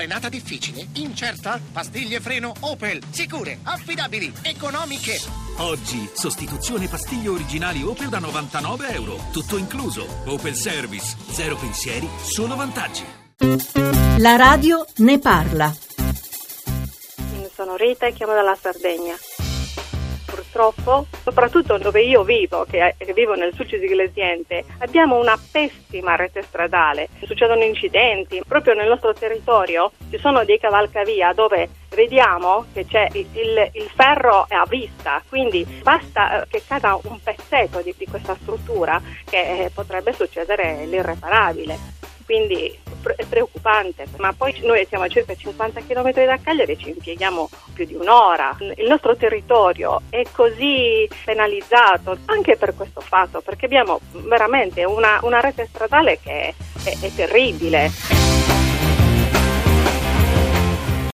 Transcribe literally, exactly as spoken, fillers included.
Frenata difficile? Incerta? Pastiglie freno Opel. Sicure, affidabili, economiche. Oggi, sostituzione pastiglie originali Opel da novantanove euro. Tutto incluso. Opel Service. Zero pensieri, solo vantaggi. La radio ne parla. Sono Rita e chiamo dalla Sardegna. Purtroppo, soprattutto dove io vivo, che, che vivo nel Sulcis Iglesiente, abbiamo una pessima rete stradale. Succedono incidenti. Proprio nel nostro territorio ci sono dei cavalcavia dove vediamo che c'è il, il, il ferro è a vista, quindi basta che cada un pezzetto di, di questa struttura che eh, potrebbe succedere l'irreparabile. Quindi è preoccupante, ma poi noi siamo a circa cinquanta chilometri da Cagliari e ci impieghiamo più di un'ora. Il nostro territorio è così penalizzato anche per questo fatto, perché abbiamo veramente una, una rete stradale che è, è, è terribile.